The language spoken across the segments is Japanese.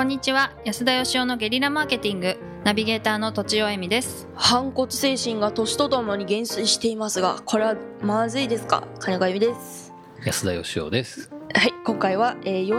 んにちは。安田義雄のゲリラマーケティングナビゲーターの土地尾恵美です。 反骨精神が年とともに減衰していますが、これはまずいですか？金子由美です。 安田義雄です。 はい、今回は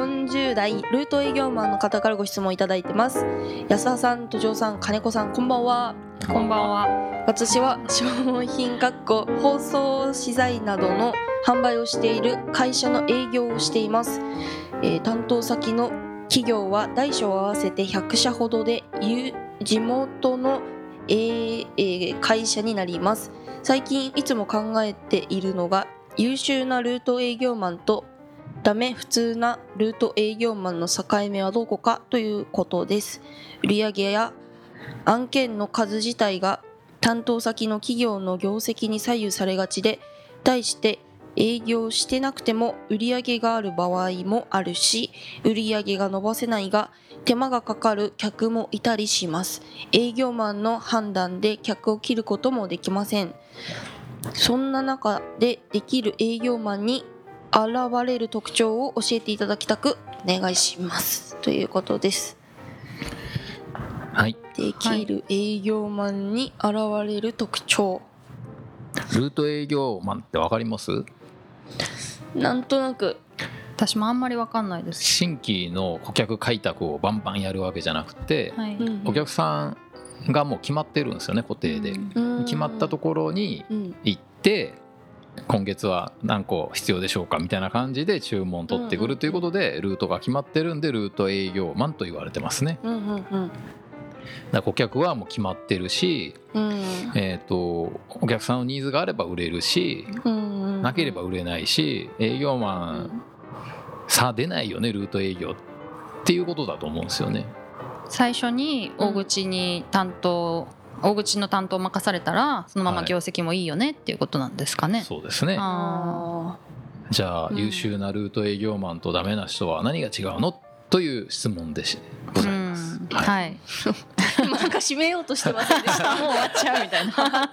40代ルート営業マンの方からご質問いただいてます。安田さん、土地さん、金子さん、こんばんは。 こんばんは。 私は商品包装資材などの販売をしている会社の営業をしています。担当先の企業は大小合わせて100社ほどで地元の、会社になります。最近いつも考えているのが、優秀なルート営業マンとダメ普通なルート営業マンの境目はどこかということです。売上や案件の数自体が担当先の企業の業績に左右されがちで、対して営業してなくても売り上げがある場合もあるし、売り上げが伸ばせないが手間がかかる客もいたりします。営業マンの判断で客を切ることもできません。そんな中でできる営業マンに現れる特徴を教えていただきたくお願いしますということです。 はい。 できる営業マンに現れる特徴、 ルート営業マンってわかります？ なんとなく。 私もあんまり分かんないです。 新規の顧客開拓をバンバンやるわけじゃなくて、 はい、 お客さんがもう決まってるんですよね、固定で。決まったところに行って、今月は何個必要でしょうかみたいな感じで注文取ってくるということで、ルートが決まってるんでルート営業マンと言われてますね。だから顧客はもう決まってるし、お客さんのニーズがあれば売れるし、なければ売れないし、営業マン差出ないよね、ルート営業っていうことだと思うんですよね。 最初に大口の担当を任されたらそのまま業績もいいよねっていうことなんですかね。 そうですね。じゃあ、優秀なルート営業マンとダメな人は何が違うのという質問でございます。 はい。 なんか締めようとしてませんでした？ もう終わっちゃうみたい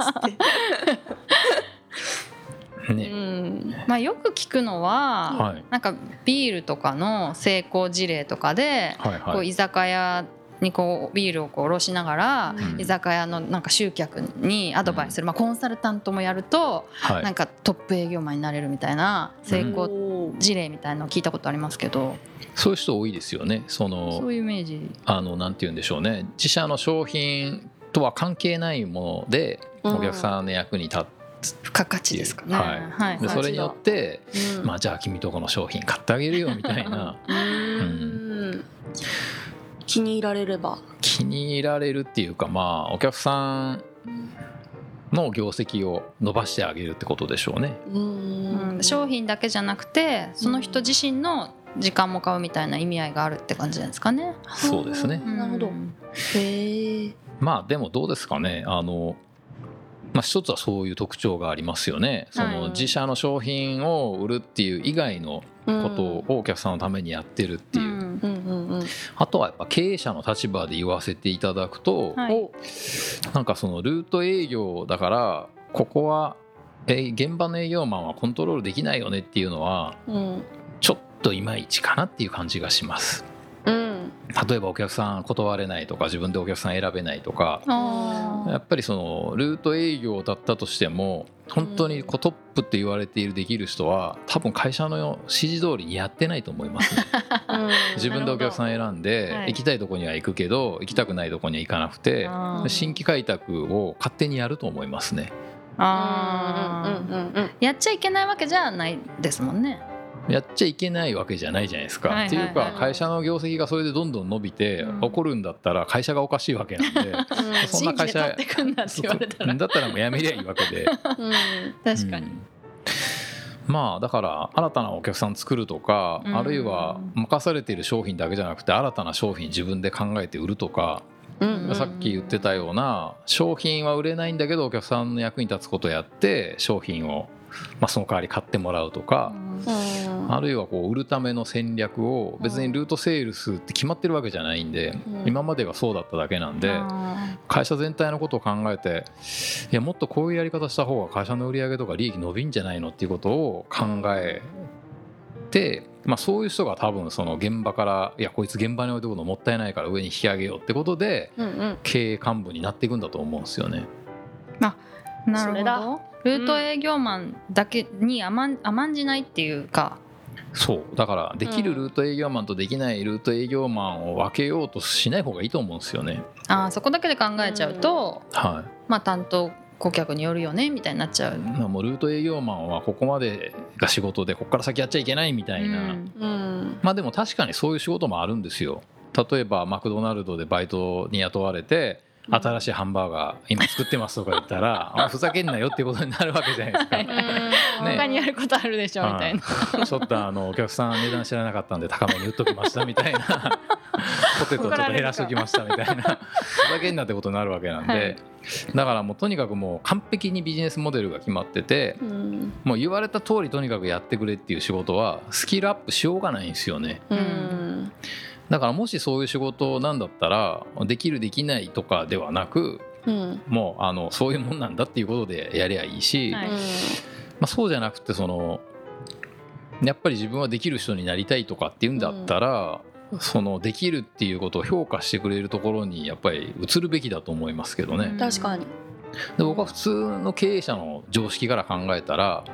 なね。 まあ、よく聞くのは、なんかビールとかの成功事例とかで、こう居酒屋にこうビールをこう卸しながら、居酒屋のなんか集客にアドバイスする、コンサルタントもやると、なんかトップ営業マンになれるみたいな成功事例みたいなのを聞いたことありますけど、 そういう人多いですよね。 そういうイメージ。 なんて言うんでしょうね、自社の商品とは関係ないものでお客さんの役に立つ付加価値ですかね。 でそれによって、じゃあ君とこの商品買ってあげるよみたいな気に入られれば、 気に入られるっていうか、お客さんの業績を伸ばしてあげるってことでしょうね。 商品だけじゃなくてその人自身の時間も買うみたいな意味合いがあるって感じなんですかね。 そうですね。 なるほど。 でもどうですかね。一つはそういう特徴がありますよね。自社の商品を売るっていう以外のことをお客さんのためにやってるっていう。あとはやっぱ経営者の立場で言わせていただくと、なんかそのルート営業だからここは現場の営業マンはコントロールできないよねっていうのはちょっといまいちかなっていう感じがします。例えばお客さん断れないとか自分でお客さん選べないとか、やっぱりそのルート営業だったとしても本当にトップって言われているできる人は多分会社の指示通りにやってないと思いますね。自分でお客さん選んで行きたいとこには行くけど行きたくないとこには行かなくて、新規開拓を勝手にやると思いますね。 やっちゃいけないわけじゃないですもんね。 やっちゃいけないわけじゃないじゃないですか。っていうか会社の業績がそれでどんどん伸びて起こるんだったら会社がおかしいわけなんで、 そんな会社だったらもうやめりゃいいわけで確かに。 だから新たなお客さん作るとか、あるいは任されている商品だけじゃなくて新たな商品自分で考えて売るとか、さっき言ってたような商品は売れないんだけどお客さんの役に立つことをやって商品をその代わり買ってもらうとか、あるいはこう売るための戦略を別にルートセールスって決まってるわけじゃないんで、今までがそうだっただけなんで、会社全体のことを考えて、いやもっとこういうやり方した方が会社の売り上げとか利益伸びんじゃないのっていうことを考えてそういう人が多分その現場からいやこいつ現場に置いておくのもったいないから上に引き上げようってことで経営幹部になっていくんだと思うんですよね。 なるほど。ルート営業マンだけに甘んじないっていうか、 そうだからできるルート営業マンとできないルート営業マンを分けようとしない方がいいと思うんですよね。 そこだけで考えちゃうと、担当顧客によるよねみたいになっちゃう。 もうルート営業マンはここまでが仕事でここから先やっちゃいけないみたいな、でも確かにそういう仕事もあるんですよ。例えばマクドナルドでバイトに雇われて新しいハンバーガー今作ってますとか言ったらふざけんなよっていうことになるわけじゃないですか、 他にやることあるでしょみたいな、 ちょっとお客さん値段知らなかったんで高めに売っときましたみたいなポテトちょっと減らしときましたみたいなふざけんなってことになるわけなんで、だからもうとにかくもう完璧にビジネスモデルが決まってて、もう言われた通りとにかくやってくれっていう仕事はスキルアップしようがないんですよね。だからもしそういう仕事なんだったらできるできないとかではなく、もうそういうもんなんだっていうことでやりゃいいし、そうじゃなくてやっぱり自分はできる人になりたいとかっていうんだったら、そのできるっていうことを評価してくれるところにやっぱり移るべきだと思いますけどね。 確かに。 で僕は普通の経営者の常識から考えたら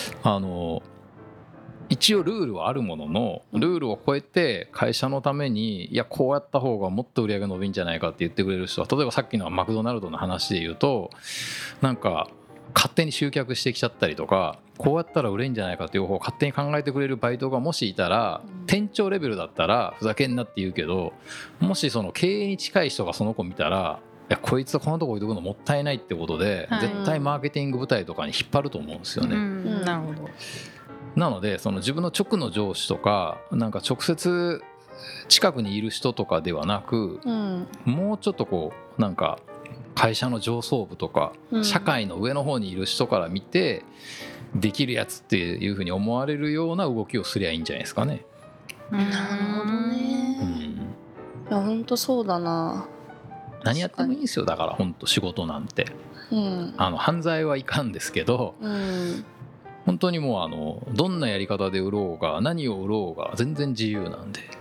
一応ルールはあるもののルールを超えて会社のためにいやこうやった方がもっと売り上げ伸びんじゃないかって言ってくれる人は、例えばさっきのマクドナルドの話で言うとなんか勝手に集客してきちゃったりとかこうやったら売れんじゃないかっていう方を勝手に考えてくれるバイトがもしいたら、店長レベルだったらふざけんなって言うけど、もしその経営に近い人がその子見たらいやこいつはこのとこ置いとくのもったいないってことで、絶対マーケティング部隊とかに引っ張ると思うんですよね。 なるほど。 なのでその自分の直の上司とかなんか直接近くにいる人とかではなく、もうちょっとこうなんか会社の上層部とか社会の上の方にいる人から見てできるやつっていうふうに思われるような動きをすりゃいいんじゃないですかね。 なるほどね。いや本当そうだな。 何やってもいいんですよ。だから本当仕事なんて、犯罪はいかんですけど、本当にもうどんなやり方で売ろうが何を売ろうが全然自由なんで、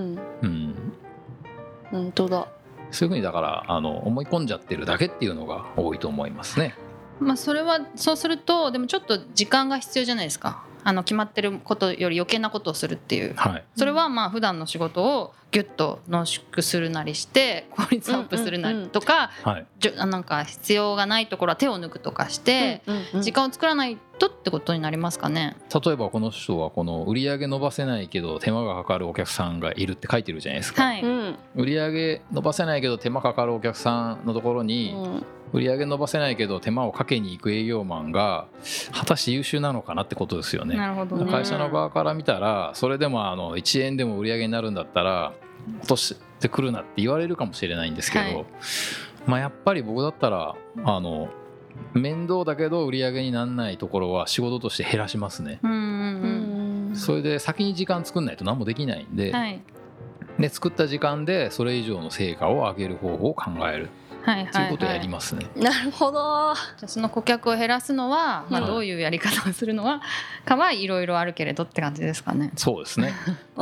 本当だ。 そういうふうにだから思い込んじゃってるだけっていうのが多いと思いますね。 それはそうするとでもちょっと時間が必要じゃないですか。決まってることより余計なことをするっていう、それは普段の仕事をギュッと濃縮するなりして効率アップするなりとか、なんか必要がないところは手を抜くとかして時間を作らないとってことになりますかね。 例えばこの人はこの売り上げ伸ばせないけど手間がかかるお客さんがいるって書いてるじゃないですか、売り上げ伸ばせないけど手間かかるお客さんのところに、売り上げ伸ばせないけど手間をかけに行く営業マンが果たして優秀なのかなってことですよね。 なるほどね。 会社の側から見たらそれでも1円でも売り上げになるんだったら落としてくるなって言われるかもしれないんですけど、やっぱり僕だったら面倒だけど売り上げにならないところは仕事として減らしますね。それで先に時間作んないと何もできないんで、で作った時間でそれ以上の成果を上げる方法を考えるということをやりますね。 なるほど。 じゃあその顧客を減らすのは、どういうやり方をするのはいろいろあるけれどって感じですかね。 そうですね。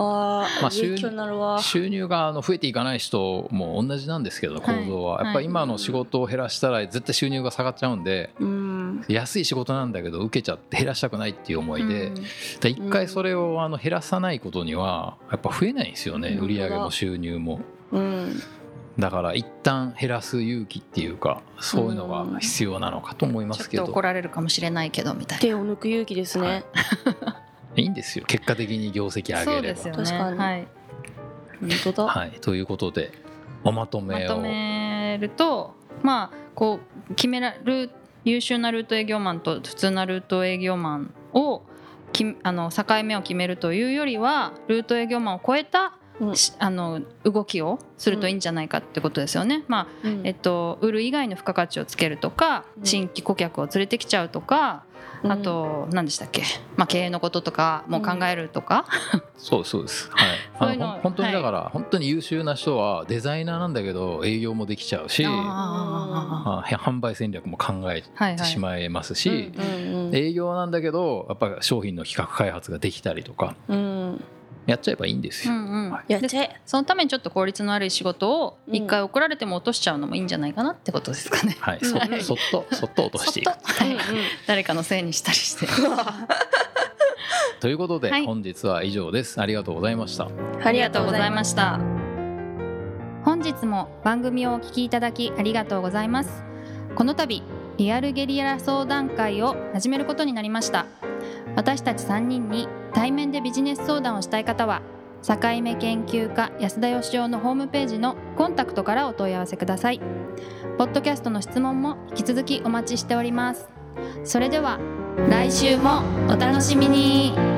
収入が増えていかない人も同じなんですけど、構造はやっぱり今の仕事を減らしたら絶対収入が下がっちゃうんで、安い仕事なんだけど受けちゃって減らしたくないっていう思いで、一回それを減らさないことにはやっぱ増えないんですよね、売り上げも収入も。だから一旦減らす勇気っていうかそういうのが必要なのかと思いますけど、 ちょっと怒られるかもしれないけどみたいな。 手を抜く勇気ですね。 いいんですよ、結果的に業績上げれば。 そうですよね。 本当だ。 ということでまとめると、こう決められる優秀なルート営業マンと普通なルート営業マンを境目を決めるというよりはルート営業マンを超えた動きをするといいんじゃないかってことですよね。売る以外の付加価値をつけるとか、新規顧客を連れてきちゃうとか、あと何でしたっけ、経営のこととかも考えるとか、 そうです、本当にだから、本当に優秀な人はデザイナーなんだけど営業もできちゃうし、販売戦略も考えてしまいますし、営業なんだけどやっぱり商品の企画開発ができたりとか、 やっちゃえばいいんですよ、 やっちゃえ。 そのためにちょっと効率の悪い仕事を一回怒られても落としちゃうのもいいんじゃないかなってことですかね。 はい、そっと落としていく、 誰かのせいにしたりしてということで、本日は以上です。ありがとうございました。 ありがとうございました。 本日も番組をお聞きいただきありがとうございます。この度リアルゲリラ相談会を始めることになりました。私たち3人に対面でビジネス相談をしたい方は、境目研究家安田義雄のホームページのコンタクトからお問い合わせください。ポッドキャストの質問も引き続きお待ちしております。それでは来週もお楽しみに。